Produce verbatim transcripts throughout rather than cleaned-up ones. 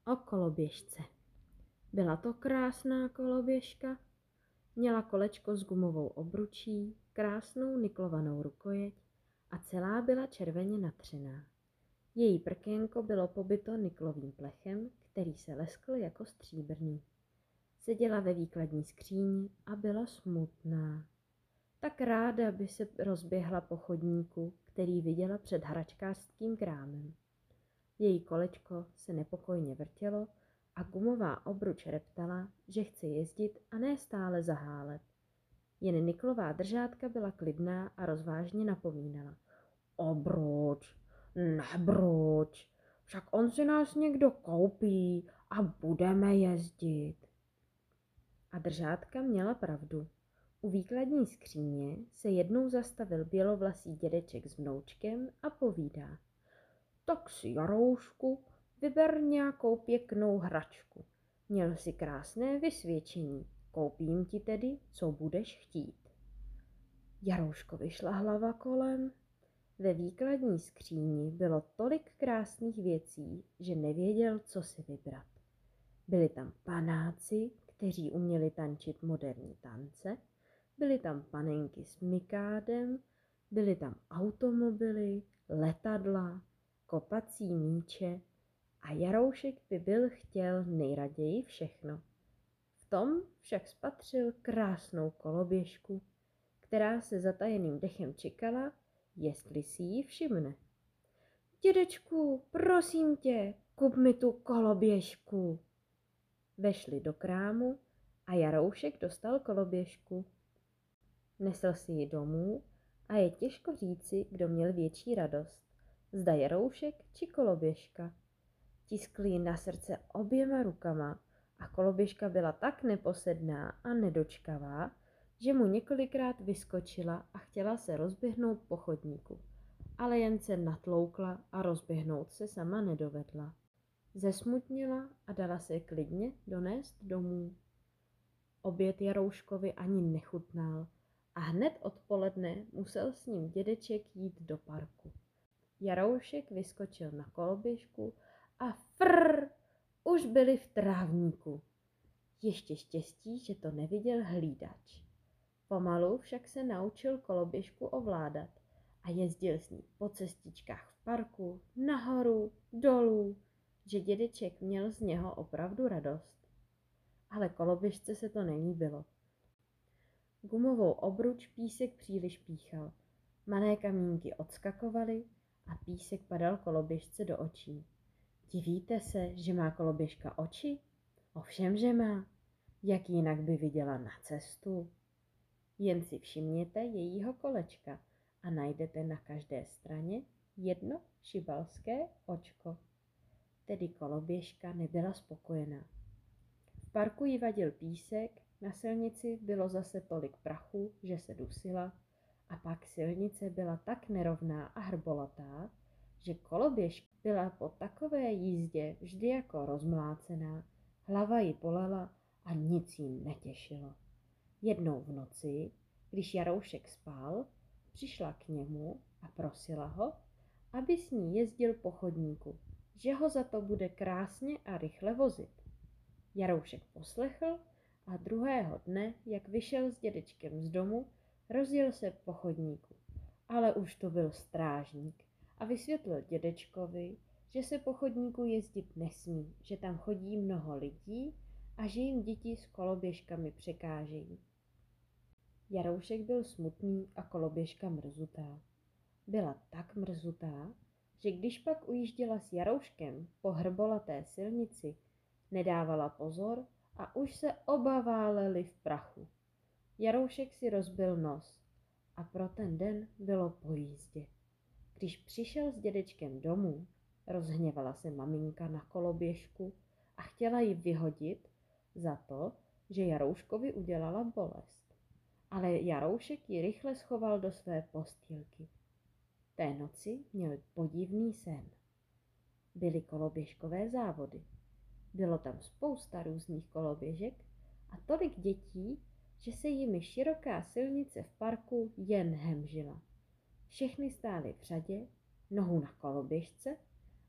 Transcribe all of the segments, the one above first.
O koloběžce. Byla to krásná koloběžka. Měla kolečko s gumovou obručí, krásnou niklovanou rukojeť a celá byla červeně natřená. Její prkénko bylo pobyto niklovým plechem, který se leskl jako stříbrný. Seděla ve výkladní skříni a byla smutná. Tak ráda by se rozběhla po chodníku, který viděla před hračkářským krámem. Její kolečko se nepokojně vrtělo a gumová obruč reptala, že chce jezdit a ne stále zahálet. Jen niklová držátka byla klidná a rozvážně napomínala. Obruč, nebruč, však on si nás někdo koupí a budeme jezdit. A držátka měla pravdu. U výkladní skříně se jednou zastavil bělovlasý dědeček s vnoučkem a povídá. Tak si, Jaroušku, vyber nějakou pěknou hračku. Měl si krásné vysvědčení, koupím ti tedy, co budeš chtít. Jarouškovi šla hlava kolem. Ve výkladní skříni bylo tolik krásných věcí, že nevěděl, co si vybrat. Byli tam panáci, kteří uměli tančit moderní tance, byly tam panenky s mikádem, byly tam automobily, letadla, kopací míče a Jaroušek by byl chtěl nejraději všechno. V tom však spatřil krásnou koloběžku, která se zatajeným dechem čekala, jestli si ji všimne. Dědečku, prosím tě, kup mi tu koloběžku. Vešli do krámu a Jaroušek dostal koloběžku. Nesl si ji domů a je těžko říci, kdo měl větší radost. Zda Jaroušek či koloběžka. Tiskl ji na srdce oběma rukama a koloběžka byla tak neposedná a nedočkavá, že mu několikrát vyskočila a chtěla se rozběhnout po chodníku, ale jen se natloukla a rozběhnout se sama nedovedla. Zesmutnila a dala se klidně donést domů. Oběd Jarouškovi ani nechutnal a hned odpoledne musel s ním dědeček jít do parku. Jaroušek vyskočil na koloběžku a frr, už byli v trávníku. Ještě štěstí, že to neviděl hlídač. Pomalu však se naučil koloběžku ovládat a jezdil s ní po cestičkách v parku, nahoru, dolů, že dědeček měl z něho opravdu radost. Ale koloběžce se to nelíbilo. Gumovou obruč písek příliš píchal, malé kamínky odskakovaly a písek padal koloběžce do očí. Divíte se, že má koloběžka oči? Ovšem, že má. Jak jinak by viděla na cestu? Jen si všimněte jejího kolečka a najdete na každé straně jedno šibalské očko. Tedy koloběžka nebyla spokojená. V parku jí vadil písek, na silnici bylo zase tolik prachu, že se dusila, a pak silnice byla tak nerovná a hrbolatá, že koloběžka byla po takové jízdě vždy jako rozmlácená, hlava jí bolela a nic jí netěšilo. Jednou v noci, když Jaroušek spal, přišla k němu a prosila ho, aby s ní jezdil po chodníku, že ho za to bude krásně a rychle vozit. Jaroušek poslechl a druhého dne, jak vyšel s dědečkem z domu, rozjel se po chodníku. Ale už to byl strážník a vysvětlil dědečkovi, že se po chodníku jezdit nesmí, že tam chodí mnoho lidí a že jim děti s koloběžkami překážejí. Jaroušek byl smutný a koloběžka mrzutá. Byla tak mrzutá, že když pak ujížděla s Jarouškem po hrbolaté silnici, nedávala pozor a už se oba váleli v prachu. Jaroušek si rozbil nos a pro ten den bylo po jízdě. Když přišel s dědečkem domů, rozhněvala se maminka na koloběžku a chtěla ji vyhodit za to, že Jarouškovi udělala bolest. Ale Jaroušek ji rychle schoval do své postýlky. Té noci měl podivný sen. Byly koloběžkové závody. Bylo tam spousta různých koloběžek a tolik dětí, že se jimi široká silnice v parku jen hemžila. Všechny stály v řadě, nohu na koloběžce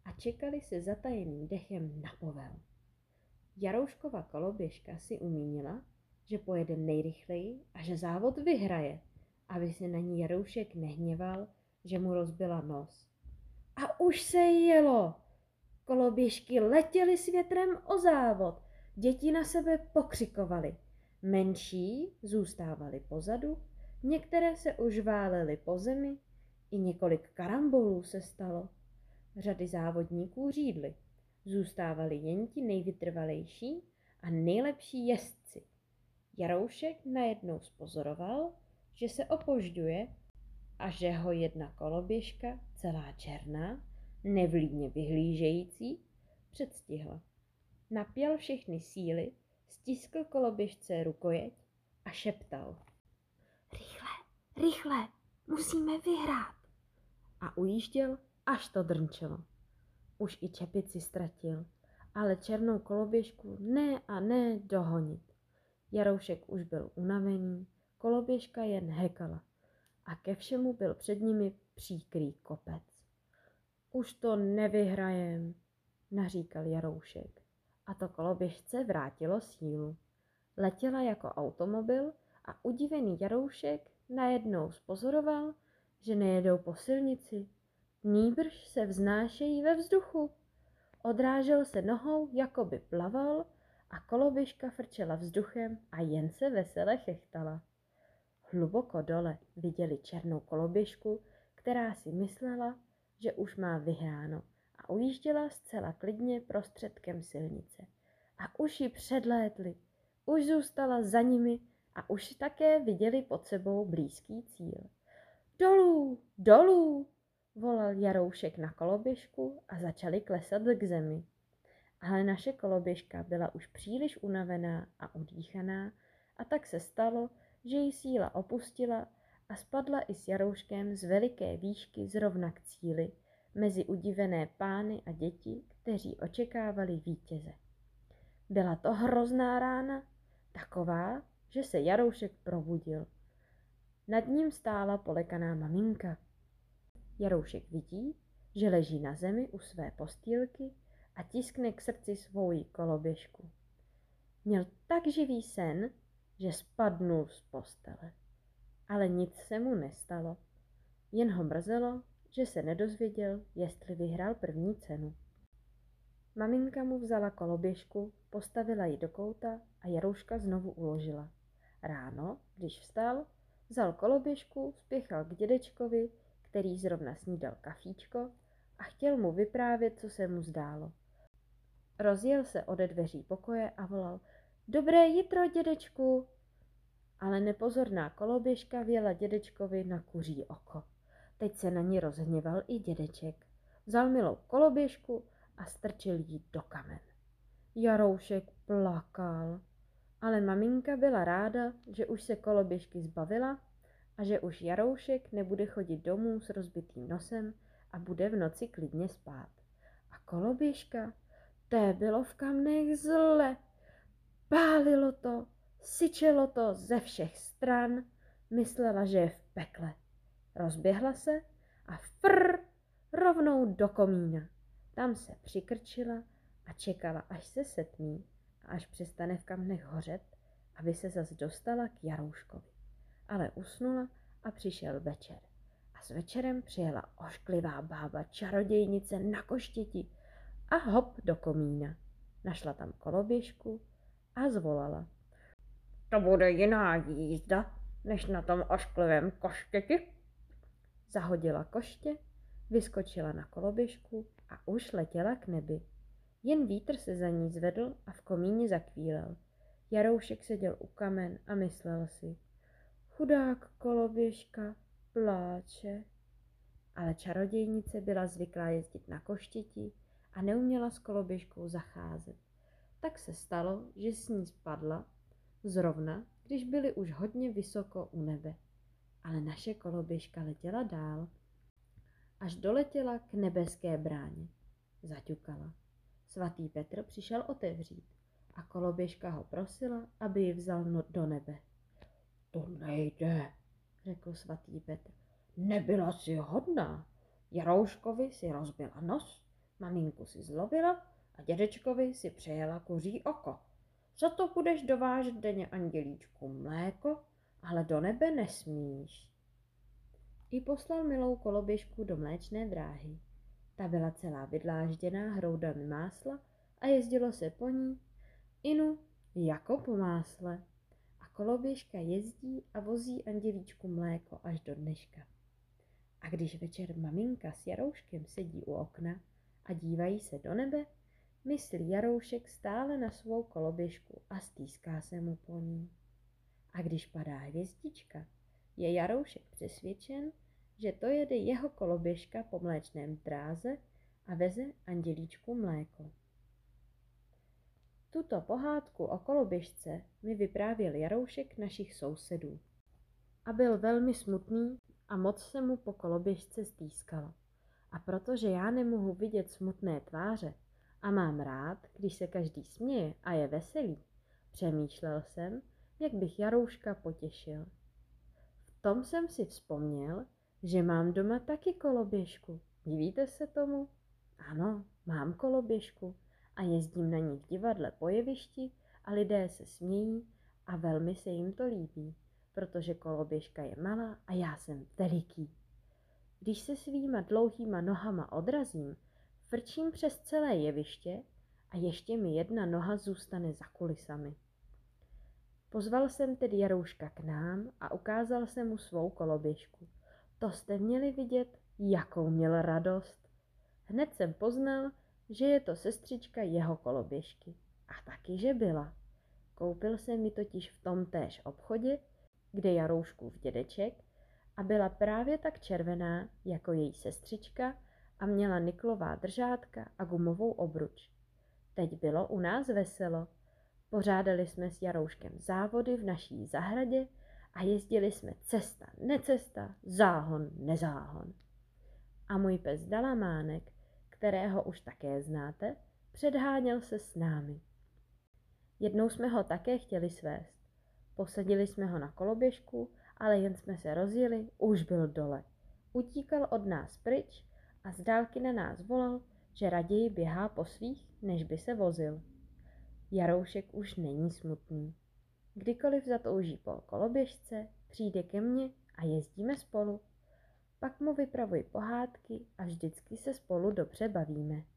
a čekali se zatajeným dechem na povel. Jarouškova koloběžka si umínila, že pojede nejrychleji a že závod vyhraje, aby se na ní Jaroušek nehněval, že mu rozbila nos. A už se jelo! Koloběžky letěly s větrem o závod, děti na sebe pokřikovaly. Menší zůstávaly pozadu, některé se už válely po zemi, i několik karambolů se stalo. Řady závodníků řídly, zůstávali jen ti nejvytrvalejší a nejlepší jezdci. Jaroušek najednou spozoroval, že se opožďuje a že ho jedna koloběžka, celá černá, nevlídně vyhlížející, předstihla. Napěl všechny síly, stiskl koloběžce rukojeť a šeptal. Rychle, rychle, musíme vyhrát. A ujížděl, až to drnčelo. Už i čepici ztratil, ale černou koloběžku ne a ne dohonit. Jaroušek už byl unavený, koloběžka jen hekala a ke všemu byl před nimi příkrý kopec. Už to nevyhrajem, naříkal Jaroušek a to koloběžce vrátilo sílu. Letěla jako automobil a udivený Jaroušek najednou spozoroval, že nejedou po silnici, nýbrž se vznášejí ve vzduchu. Odrážel se nohou, jako by plaval a koloběžka frčela vzduchem a jen se vesele chechtala. Hluboko dole viděli černou koloběžku, která si myslela, že už má vyhráno a ujížděla zcela klidně prostředkem silnice. A už ji předlétli, už zůstala za nimi a už také viděli pod sebou blízký cíl. Dolů, dolů, volal Jaroušek na koloběžku a začali klesat k zemi. Ale naše koloběžka byla už příliš unavená a udýchaná a tak se stalo, že jí síla opustila a spadla i s Jarouškem z veliké výšky zrovna k cíli, mezi udivené pány a děti, kteří očekávali vítěze. Byla to hrozná rána, taková, že se Jaroušek probudil. Nad ním stála polekaná maminka. Jaroušek vidí, že leží na zemi u své postýlky a tiskne k srdci svou koloběžku. Měl tak živý sen, že spadnul z postele. Ale nic se mu nestalo. Jen ho mrzelo, že se nedozvěděl, jestli vyhrál první cenu. Maminka mu vzala koloběžku, postavila ji do kouta a Jarouška znovu uložila. Ráno, když vstal, vzal koloběžku, spěchal k dědečkovi, který zrovna snídal kafíčko a chtěl mu vyprávět, co se mu zdálo. Rozjel se ode dveří pokoje a volal: Dobré jitro, dědečku! Ale nepozorná koloběžka vjela dědečkovi na kuří oko. Teď se na ní rozhněval i dědeček. Vzal milou koloběžku a strčil ji do kamen. Jaroušek plakal, ale maminka byla ráda, že už se koloběžky zbavila a že už Jaroušek nebude chodit domů s rozbitým nosem a bude v noci klidně spát. A koloběžka, té bylo v kamnech zle. Pálilo to, syčelo to ze všech stran, myslela, že je v pekle. Rozběhla se a frr, rovnou do komína. Tam se přikrčila a čekala, až se setmí a až přestane v kamnech hořet, aby se zas dostala k Jarouškovi. Ale usnula a přišel večer. A s večerem přijela ošklivá bába čarodějnice na koštěti a hop do komína. Našla tam koloběžku a zvolala: To bude jiná jízda, než na tom ošklivém koštěti. Zahodila koště, vyskočila na koloběžku a už letěla k nebi. Jen vítr se za ní zvedl a v komíně zakvílel. Jaroušek seděl u kamen a myslel si: Chudák koloběžka pláče. Ale čarodějnice byla zvyklá jezdit na koštěti a neuměla s koloběžkou zacházet. Tak se stalo, že s ní spadla, zrovna, když byli už hodně vysoko u nebe. Ale naše koloběžka letěla dál, až doletěla k nebeské bráně. Zaťukala. Svatý Petr přišel otevřít a koloběžka ho prosila, aby ji vzal no do nebe. To nejde, řekl svatý Petr. Nebyla si hodná. Jarouškovi si rozbila nos, Maminku si zlobila a dědečkovi si přejela kuří oko. Za to budeš dovážet denně, Andělíčku, mléko, ale do nebe nesmíš. I poslal milou koloběžku do mléčné dráhy. Ta byla celá vydlážděná hroudami másla a jezdilo se po ní, inu, jako po másle. A koloběžka jezdí a vozí Andělíčku mléko až do dneška. A když večer maminka s Jarouškem sedí u okna a dívají se do nebe, myslí Jaroušek stále na svou koloběžku a stýská se mu po ní. A když padá hvězdička, je Jaroušek přesvědčen, že to jede jeho koloběžka po mléčném dráze a veze Andělíčku mléko. Tuto pohádku o koloběžce mi vyprávěl Jaroušek našich sousedů. A byl velmi smutný a moc se mu po koloběžce stýskalo. A protože já nemohu vidět smutné tváře a mám rád, když se každý směje a je veselý, přemýšlel jsem, jak bych Jarouška potěšil. V tom jsem si vzpomněl, že mám doma taky koloběžku. Divíte se tomu? Ano, mám koloběžku a jezdím na ní v divadle po jevišti a lidé se smějí a velmi se jim to líbí, protože koloběžka je malá a já jsem veliký. Když se svýma dlouhýma nohama odrazím, frčím přes celé jeviště a ještě mi jedna noha zůstane za kulisami. Pozval jsem tedy Jarouška k nám a ukázal jsem mu svou koloběžku. To jste měli vidět, jakou měl radost. Hned jsem poznal, že je to sestřička jeho koloběžky. A taky, že byla. Koupil jsem mi totiž v tom též obchodě, kde Jarouškův dědeček, a byla právě tak červená jako její sestřička a měla niklová držátka a gumovou obruč. Teď bylo u nás veselo. Pořádali jsme s Jarouškem závody v naší zahradě a jezdili jsme cesta, necesta, záhon, nezáhon. A můj pes Dalamánek, kterého už také znáte, předháněl se s námi. Jednou jsme ho také chtěli svést. Posadili jsme ho na koloběžku, ale jen jsme se rozjeli, už byl dole. Utíkal od nás pryč a z dálky na nás volal, že raději běhá po svých, než by se vozil. Jaroušek už není smutný. Kdykoliv zatouží po koloběžce, přijde ke mně a jezdíme spolu. Pak mu vypravuji pohádky a vždycky se spolu dobře bavíme.